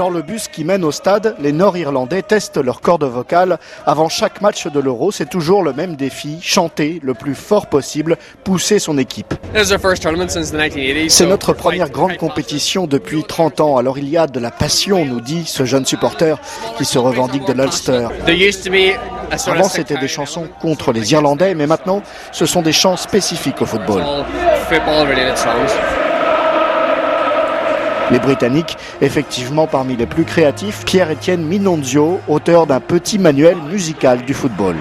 Dans le bus qui mène au stade, les Nord-Irlandais testent leur corde vocale. Avant chaque match de l'Euro, c'est toujours le même défi, chanter le plus fort possible, pousser son équipe. C'est notre première grande compétition depuis 30 ans, alors il y a de la passion, nous dit ce jeune supporter qui se revendique de l'Ulster. Avant, c'était des chansons contre les Irlandais, mais maintenant, ce sont des chants spécifiques au football. Les Britanniques, effectivement parmi les plus créatifs, Pierre-Étienne Minonzio, auteur d'un petit manuel musical du football.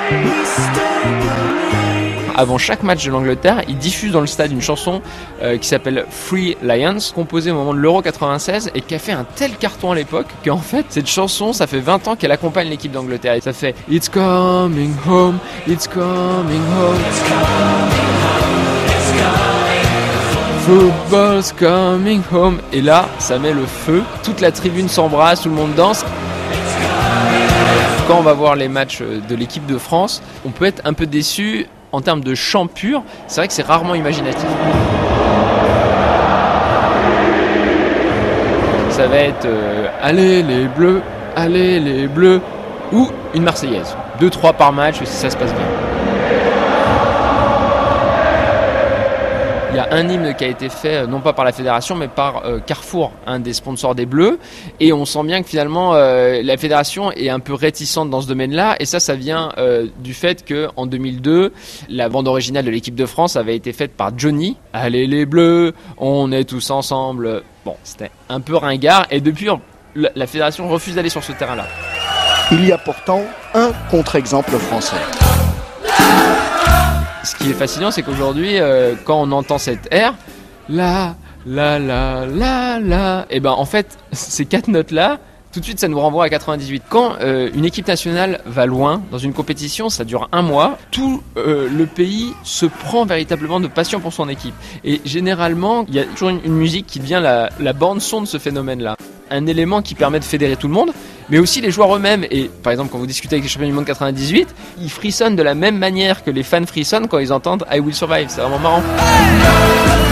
Avant chaque match de l'Angleterre, ils diffusent dans le stade une chanson qui s'appelle Free Lions, composée au moment de l'Euro 96 et qui a fait un tel carton à l'époque qu'en fait, cette chanson, ça fait 20 ans qu'elle accompagne l'équipe d'Angleterre. Et ça fait « It's coming home, it's coming home, it's coming home, it's coming home. Football's coming home » Et là, ça met le feu, toute la tribune s'embrasse, tout le monde danse. Quand on va voir les matchs de l'équipe de France, on peut être un peu déçu en termes de chant pur. C'est vrai que c'est rarement imaginatif. Ça va être allez les bleus ou une Marseillaise. 2-3 par match si ça se passe bien. Il y a un hymne qui a été fait, non pas par la fédération, mais par Carrefour, un des sponsors des Bleus. Et on sent bien que finalement, la fédération est un peu réticente dans ce domaine-là. Et ça vient du fait qu'en 2002, la bande originale de l'équipe de France avait été faite par Johnny. Allez les Bleus, on est tous ensemble. Bon, c'était un peu ringard. Et depuis, la fédération refuse d'aller sur ce terrain-là. Il y a pourtant un contre-exemple français. Ce qui est fascinant, c'est qu'aujourd'hui, quand on entend cette air, la, et ben en fait, ces 4 notes-là, tout de suite, ça nous renvoie à 98. Quand une équipe nationale va loin dans une compétition, ça dure 1 mois, tout le pays se prend véritablement de passion pour son équipe. Et généralement, il y a toujours une musique qui devient la bande-son de ce phénomène-là. Un élément qui permet de fédérer tout le monde, mais aussi les joueurs eux-mêmes. Et par exemple, quand vous discutez avec les champions du monde 98, ils frissonnent de la même manière que les fans frissonnent quand ils entendent I Will Survive. C'est vraiment marrant.